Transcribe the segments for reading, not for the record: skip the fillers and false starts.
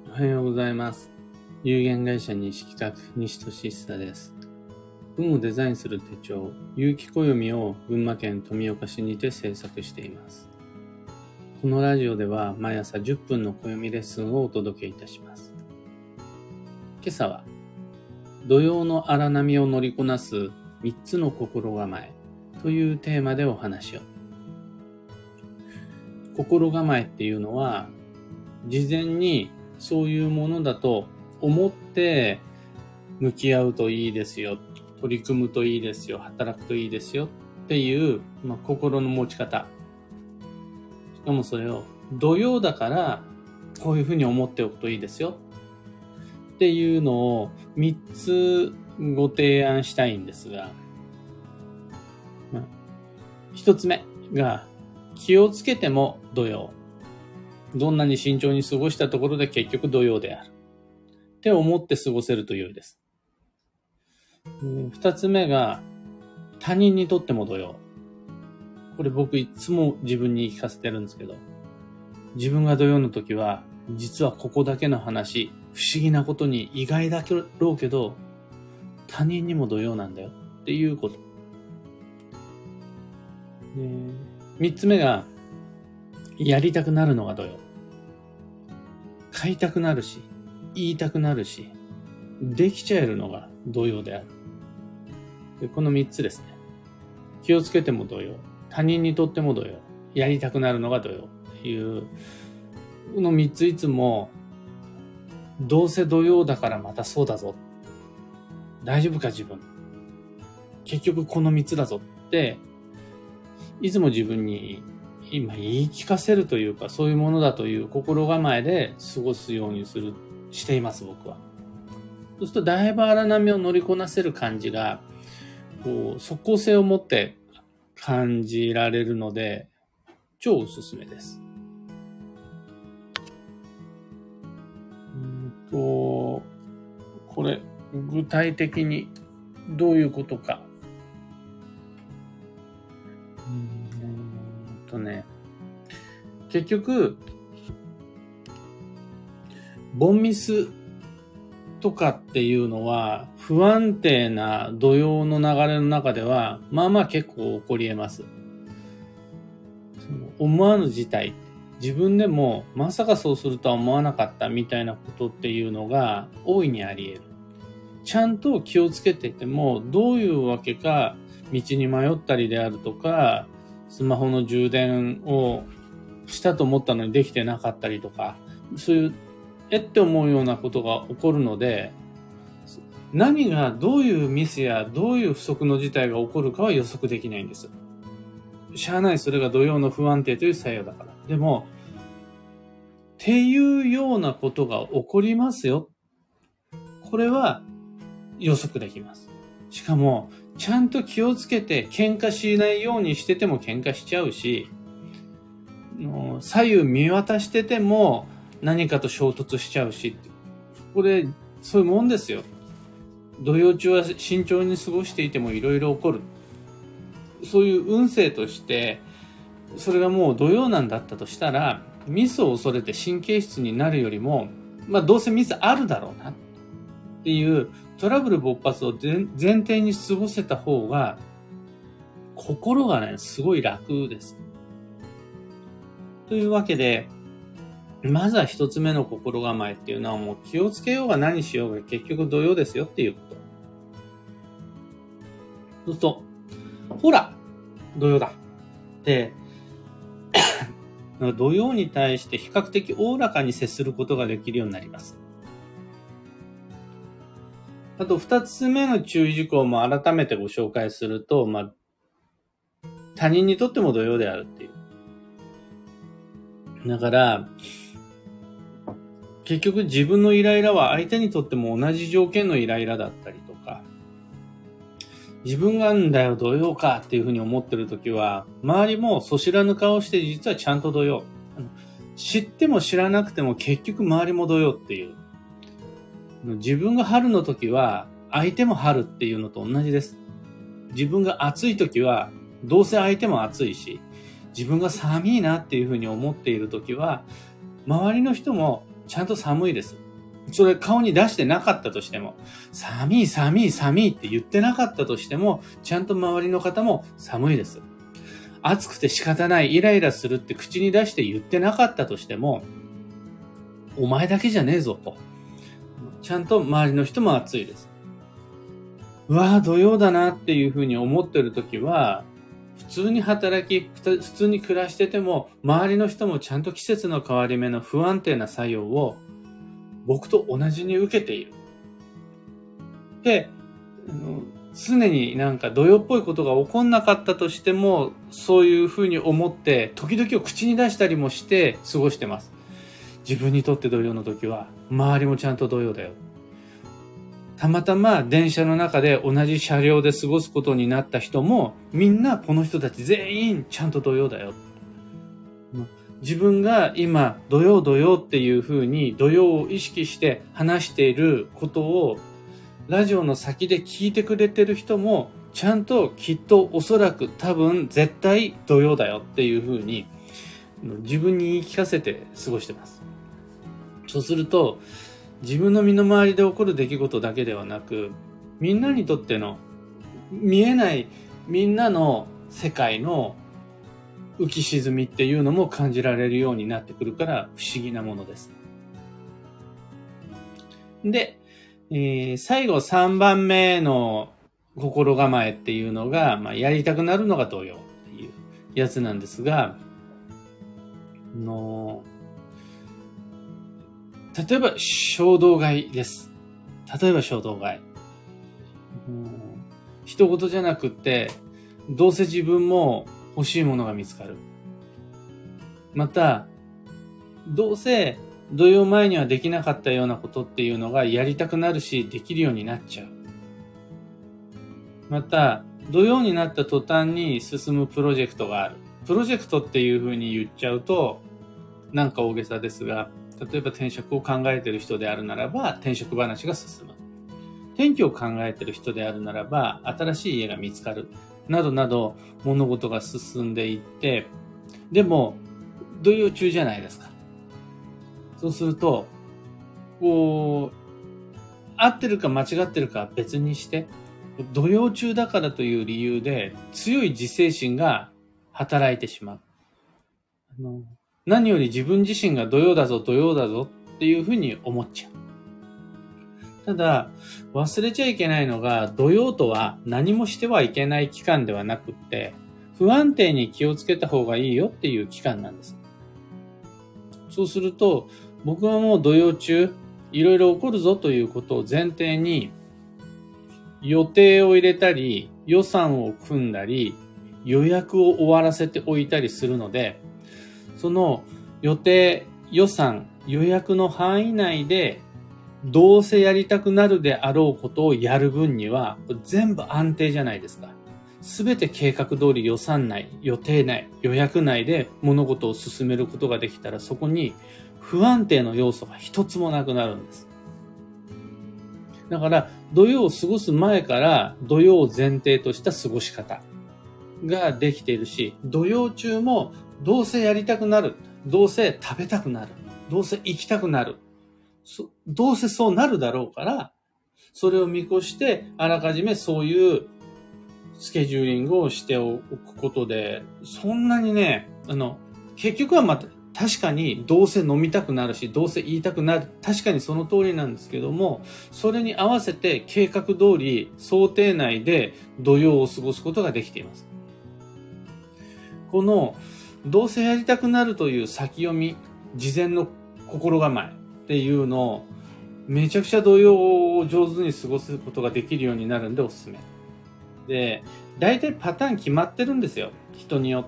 おはようございます。有限会社西企画西俊久です。文をデザインする手帳、有機暦を群馬県富岡市にて制作しています。このラジオでは毎朝10分の暦レッスンをお届けいたします。今朝は、土曜の荒波を乗りこなす3つの心構えというテーマでお話を。心構えっていうのは、事前にそういうものだと思って向き合うといいですよ、取り組むといいですよ、働くといいですよっていう、心の持ち方。しかもそれを土曜だからこういうふうに思っておくといいですよっていうのを3つご提案したいんですが、1つ目が気をつけても土曜。どんなに慎重に過ごしたところで結局土曜である。って思って過ごせると良いです。2つ目が他人にとっても土曜。これ僕いつも自分に言い聞かせてるんですけど、自分が土曜の時は実はここだけの話、不思議なことに意外だろうけど、他人にも土曜なんだよっていうこと。3つ目がやりたくなるのが土曜。買いたくなるし、言いたくなるし、できちゃえるのが土曜である。でこの3つですね。気をつけても土曜、他人にとっても土曜、やりたくなるのが土曜っていう、この3ついつも、どうせ土曜だからまたそうだぞ。大丈夫か自分。結局この3つだぞって、いつも自分に今言い聞かせるというか、そういうものだという心構えで過ごすようにしています、僕は。そうするとだいぶ荒波を乗りこなせる感じが、即効性を持って感じられるので、超おすすめです。これ、具体的にどういうことか。結局、ボンミスとかっていうのは不安定な土曜の流れの中では結構起こり得ます。思わぬ事態、自分でもまさかそうするとは思わなかったみたいなことっていうのが大いにあり得る。ちゃんと気をつけててもどういうわけか道に迷ったりであるとか、スマホの充電をしたと思ったのにできてなかったりとか、そういうって思うようなことが起こるので、何がどういうミスやどういう不測の事態が起こるかは予測できないんです。しゃあない、それが土曜の不安定という作用だから。でも、っていうようなことが起こりますよ。これは予測できます。しかも、ちゃんと気をつけて喧嘩しないようにしてても喧嘩しちゃうし、左右見渡してても何かと衝突しちゃうし、これそういうもんですよ。土曜中は慎重に過ごしていてもいろいろ起こる。そういう運勢としてそれがもう土曜なんだったとしたら、ミスを恐れて神経質になるよりも、どうせミスあるだろうなっていうトラブル勃発を前提に過ごせた方が心がね、すごい楽です。というわけで、まずは一つ目の心構えっていうのはもう気をつけようが何しようが結局土曜ですよっていうこと。そうすると、ほら土曜だって土曜に対して比較的おおらかに接することができるようになります。あと二つ目の注意事項も改めてご紹介すると、他人にとっても土曜であるっていう。だから、結局自分のイライラは相手にとっても同じ条件のイライラだったりとか、自分がんだよ土曜かっていうふうに思ってるときは、周りもそ知らぬ顔して実はちゃんと土曜。知っても知らなくても結局周りも土曜っていう。自分が春の時は相手も春っていうのと同じです。自分が暑い時はどうせ相手も暑いし、自分が寒いなっていうふうに思っている時は周りの人もちゃんと寒いです。それ顔に出してなかったとしても、寒い寒い寒いって言ってなかったとしても、ちゃんと周りの方も寒いです。暑くて仕方ない、イライラするって口に出して言ってなかったとしても、お前だけじゃねえぞと。ちゃんと周りの人も暑いです。うわぁ、土曜だなっていうふうに思ってるときは、普通に働き、普通に暮らしてても、周りの人もちゃんと季節の変わり目の不安定な作用を僕と同じに受けている。で、常になんか土曜っぽいことが起こんなかったとしても、そういうふうに思って、時々を口に出したりもして過ごしてます。自分にとって土曜の時は、周りもちゃんと土曜だよ。たまたま電車の中で同じ車両で過ごすことになった人も、みんなこの人たち全員ちゃんと土曜だよ。自分が今土曜土曜っていう風に土曜を意識して話していることをラジオの先で聞いてくれてる人もちゃんときっとおそらく多分絶対土曜だよっていう風に自分に言い聞かせて過ごしてます。そうすると自分の身の回りで起こる出来事だけではなく、みんなにとっての見えないみんなの世界の浮き沈みっていうのも感じられるようになってくるから不思議なものです。で、最後3番目の心構えっていうのが、やりたくなるのが土曜っていうやつなんですが、例えば衝動買いです。例えば衝動買い。人事じゃなくって、どうせ自分も欲しいものが見つかる。また、どうせ土曜前にはできなかったようなことっていうのがやりたくなるし、できるようになっちゃう。また、土曜になった途端に進むプロジェクトがある。プロジェクトっていう風に言っちゃうと、なんか大げさですが、例えば転職を考えている人であるならば、転職話が進む。転居を考えている人であるならば、新しい家が見つかる。などなど物事が進んでいって、でも土曜中じゃないですか。そうすると、合ってるか間違ってるかは別にして、土曜中だからという理由で強い自制心が働いてしまう。何より自分自身が土曜だぞっていうふうに思っちゃう。ただ、忘れちゃいけないのが、土曜とは何もしてはいけない期間ではなくって、不安定に気をつけた方がいいよっていう期間なんです。そうすると、僕はもう土曜中、いろいろ起こるぞということを前提に、予定を入れたり、予算を組んだり、予約を終わらせておいたりするので、その予定、予算、予約の範囲内で、どうせやりたくなるであろうことをやる分には全部安定じゃないですか。すべて計画通り予算内、予定内、予約内で物事を進めることができたらそこに不安定の要素が一つもなくなるんです。だから土曜を過ごす前から土曜を前提とした過ごし方ができているし、土曜中もどうせやりたくなる、どうせ食べたくなる、どうせ行きたくなる、どうせそうなるだろうから、それを見越して、あらかじめそういうスケジューリングをしておくことで、そんなにね、結局は確かにどうせ飲みたくなるし、どうせ言いたくなる。確かにその通りなんですけども、それに合わせて計画通り、想定内で土曜を過ごすことができています。この、どうせやりたくなるという先読み、事前の心構え。っていうのをめちゃくちゃ土曜を上手に過ごすことができるようになるんでおすすめ。で、大体パターン決まってるんですよ。人によって。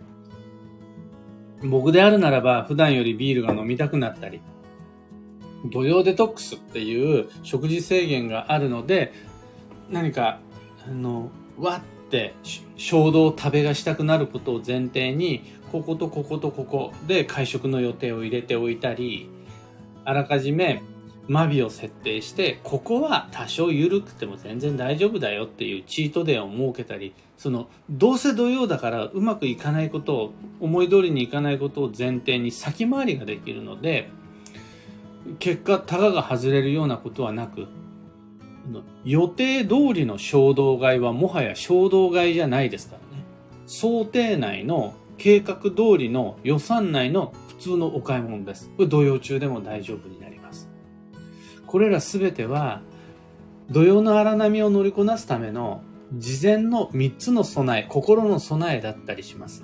僕であるならば普段よりビールが飲みたくなったり、土曜デトックスっていう食事制限があるので、何か、わって衝動食べがしたくなることを前提に、こことこことここで会食の予定を入れておいたり、あらかじめ間尾を設定して、ここは多少緩くても全然大丈夫だよっていうチートデーを設けたり、どうせ土曜だからうまくいかないことを、思い通りにいかないことを前提に先回りができるので、 結果、タガが外れるようなことはなく、予定通りの衝動買いはもはや衝動買いじゃないですからね。想定内の計画通りの予算内の普通のお買い物です。これ土曜中でも大丈夫になります。これらすべては土曜の荒波を乗りこなすための事前の3つの備え、心の備えだったりします。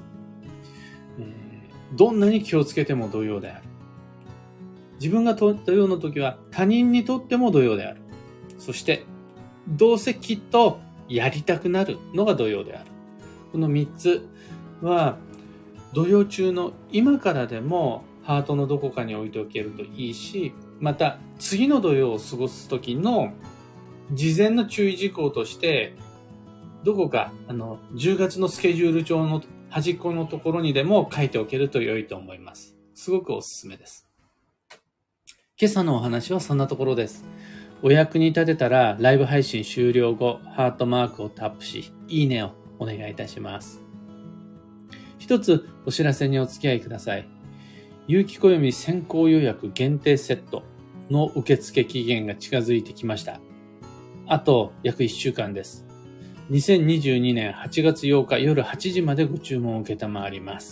どんなに気をつけても土曜である。自分が土曜の時は他人にとっても土曜である。そして、どうせきっとやりたくなるのが土曜である。この3つは、土曜中の今からでもハートのどこかに置いておけるといいし、また次の土曜を過ごす時の事前の注意事項として、どこか10月のスケジュール帳の端っこのところにでも書いておけると良いと思います。すごくおすすめです。今朝のお話はそんなところです。お役に立てたらライブ配信終了後、ハートマークをタップし、いいねをお願いいたします。一つお知らせにお付き合いください。有機暦先行予約限定セットの受付期限が近づいてきました。あと約1週間です。2022年8月8日夜8時までご注文を受けたまわります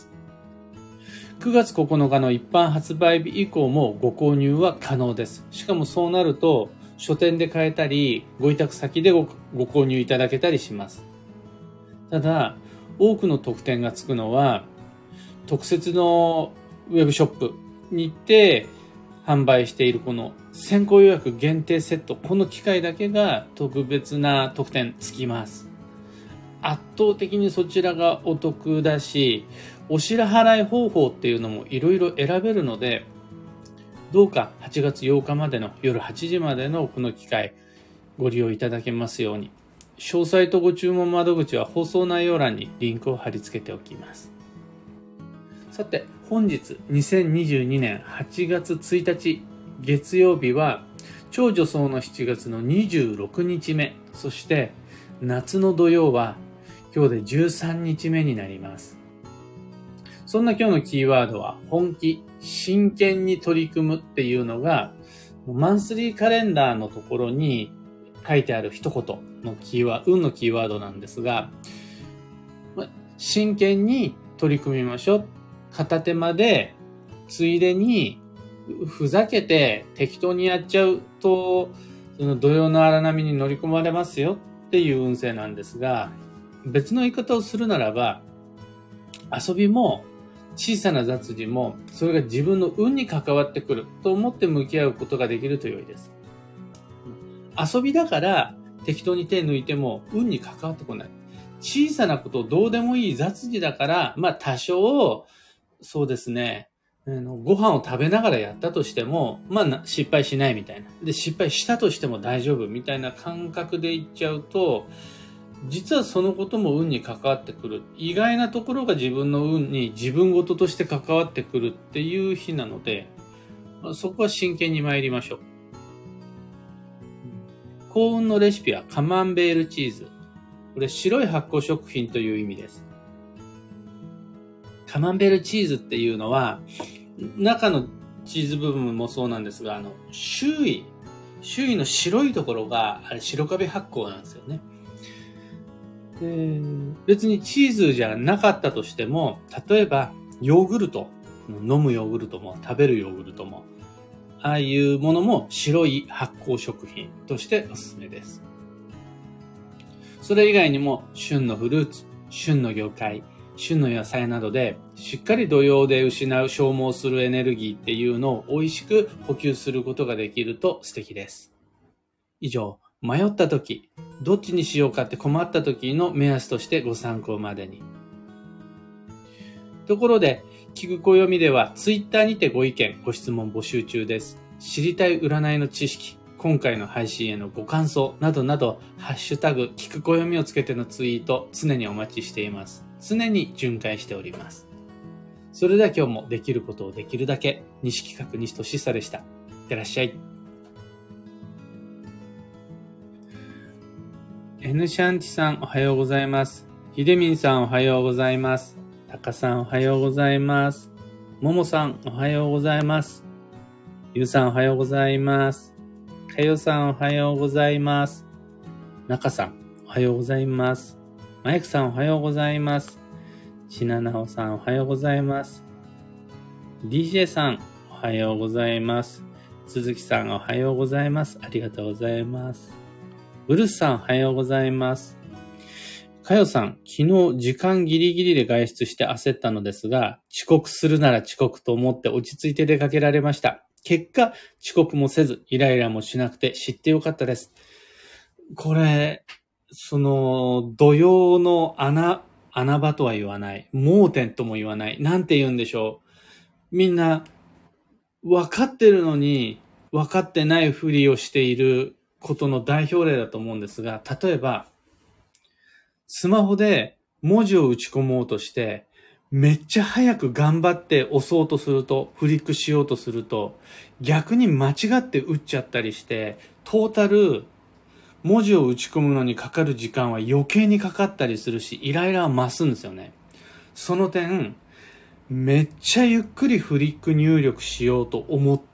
。9月9日の一般発売日以降もご購入は可能です。しかもそうなると書店で買えたりご委託先でご購入いただけたりします。ただ多くの特典がつくのは特設のウェブショップに行って販売しているこの先行予約限定セット、この機会だけが特別な特典つきます。圧倒的にそちらがお得だし、お支払い方法っていうのもいろいろ選べるので、どうか8月8日までの夜8時までのこの機会ご利用いただけますように。詳細とご注文窓口は放送内容欄にリンクを貼り付けておきます。さて、本日2022年8月1日月曜日は超助走の7月の26日目、そして夏の土曜は今日で13日目になります。そんな今日のキーワードは本気、真剣に取り組むっていうのがマンスリーカレンダーのところに書いてある一言の運のキーワードなんですが、真剣に取り組みましょう。片手間でついでにふざけて適当にやっちゃうとその土曜の荒波に乗り込まれますよっていう運勢なんですが、別の言い方をするならば遊びも小さな雑事もそれが自分の運に関わってくると思って向き合うことができると良いです。遊びだから適当に手抜いても運に関わってこない。小さなことどうでもいい雑事だから多少そうですね。ご飯を食べながらやったとしても、失敗しないみたいな。で、失敗したとしても大丈夫みたいな感覚でいっちゃうと、実はそのことも運に関わってくる。意外なところが自分の運に自分事として関わってくるっていう日なので、そこは真剣に参りましょう。幸運のレシピはカマンベールチーズ。これ白い発酵食品という意味です。カマンベールチーズっていうのは中のチーズ部分もそうなんですが、周囲の白いところがあれ白カビ発酵なんですよね。で、別にチーズじゃなかったとしても、例えばヨーグルト、飲むヨーグルトも食べるヨーグルトもああいうものも白い発酵食品としておすすめです。それ以外にも旬のフルーツ、旬の魚介、旬の野菜などでしっかり土曜で消耗するエネルギーっていうのを美味しく補給することができると素敵です。以上、迷った時、どっちにしようかって困った時の目安としてご参考までに。ところで、聞く暦ではツイッターにてご意見、ご質問募集中です。知りたい占いの知識、今回の配信へのご感想などなど、ハッシュタグ聞く暦をつけてのツイート常にお待ちしています。常に巡回しております。それでは今日もできることをできるだけ、西企画西俊久でした。いってらっしゃい。N シャンティさんおはようございます。ひでみんさんおはようございます。たかさんおはようございます。ももさんおはようございます。 ゆうさんおはようございます。かよさんおはようございます。なかさんおはようございます。まゆくさんおはようございます。しななおさんおはようございます。DJ さんおはようございます。鈴木さんおはようございます。ありがとうございます。ブルースさんおはようございます。かよさん、昨日時間ギリギリで外出して焦ったのですが、遅刻するなら遅刻と思って落ち着いて出かけられました。結果、遅刻もせず、イライラもしなくて知ってよかったです。これ、土曜の穴場とは言わない。盲点とも言わない。なんて言うんでしょう。みんな、分かってるのに、分かってないふりをしていることの代表例だと思うんですが、例えば、スマホで文字を打ち込もうとして、めっちゃ早く頑張って押そうとすると、フリックしようとすると、逆に間違って打っちゃったりして、トータル、文字を打ち込むのにかかる時間は余計にかかったりするし、イライラは増すんですよね。その点、めっちゃゆっくりフリック入力しようと思って、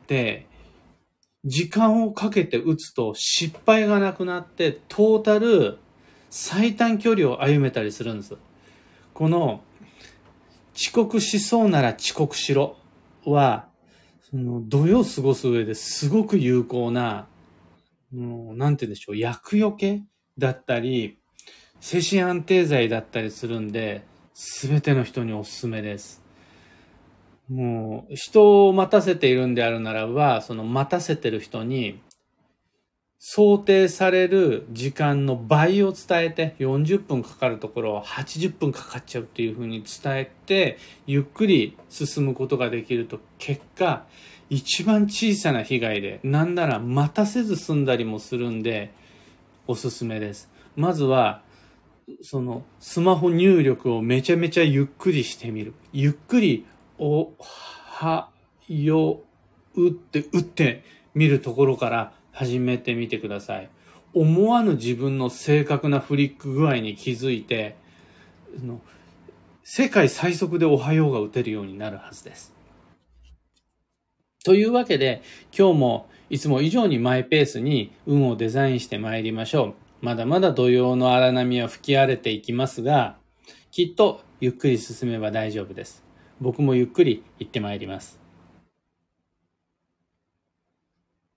時間をかけて打つと失敗がなくなって、トータル、最短距離を歩めたりするんです。この遅刻しそうなら遅刻しろは、土曜過ごす上ですごく有効な、なんて言うんでしょう、厄除けだったり、精神安定剤だったりするんで、すべての人におすすめです。もう、人を待たせているんであるならば、その待たせてる人に、想定される時間の倍を伝えて、40分かかるところは80分かかっちゃうっていう風に伝えて、ゆっくり進むことができると、結果、一番小さな被害で、なんなら待たせず済んだりもするんで、おすすめです。まずは、スマホ入力をめちゃめちゃゆっくりしてみる。ゆっくり、お、は、よ、うって打ってみるところから始めてみてください。思わぬ自分の正確なフリック具合に気づいて、世界最速でおはようが打てるようになるはずです。というわけで、今日もいつも以上にマイペースに運をデザインしてまいりましょう。まだまだ土曜の荒波は吹き荒れていきますが、きっとゆっくり進めば大丈夫です。僕もゆっくり行ってまいります。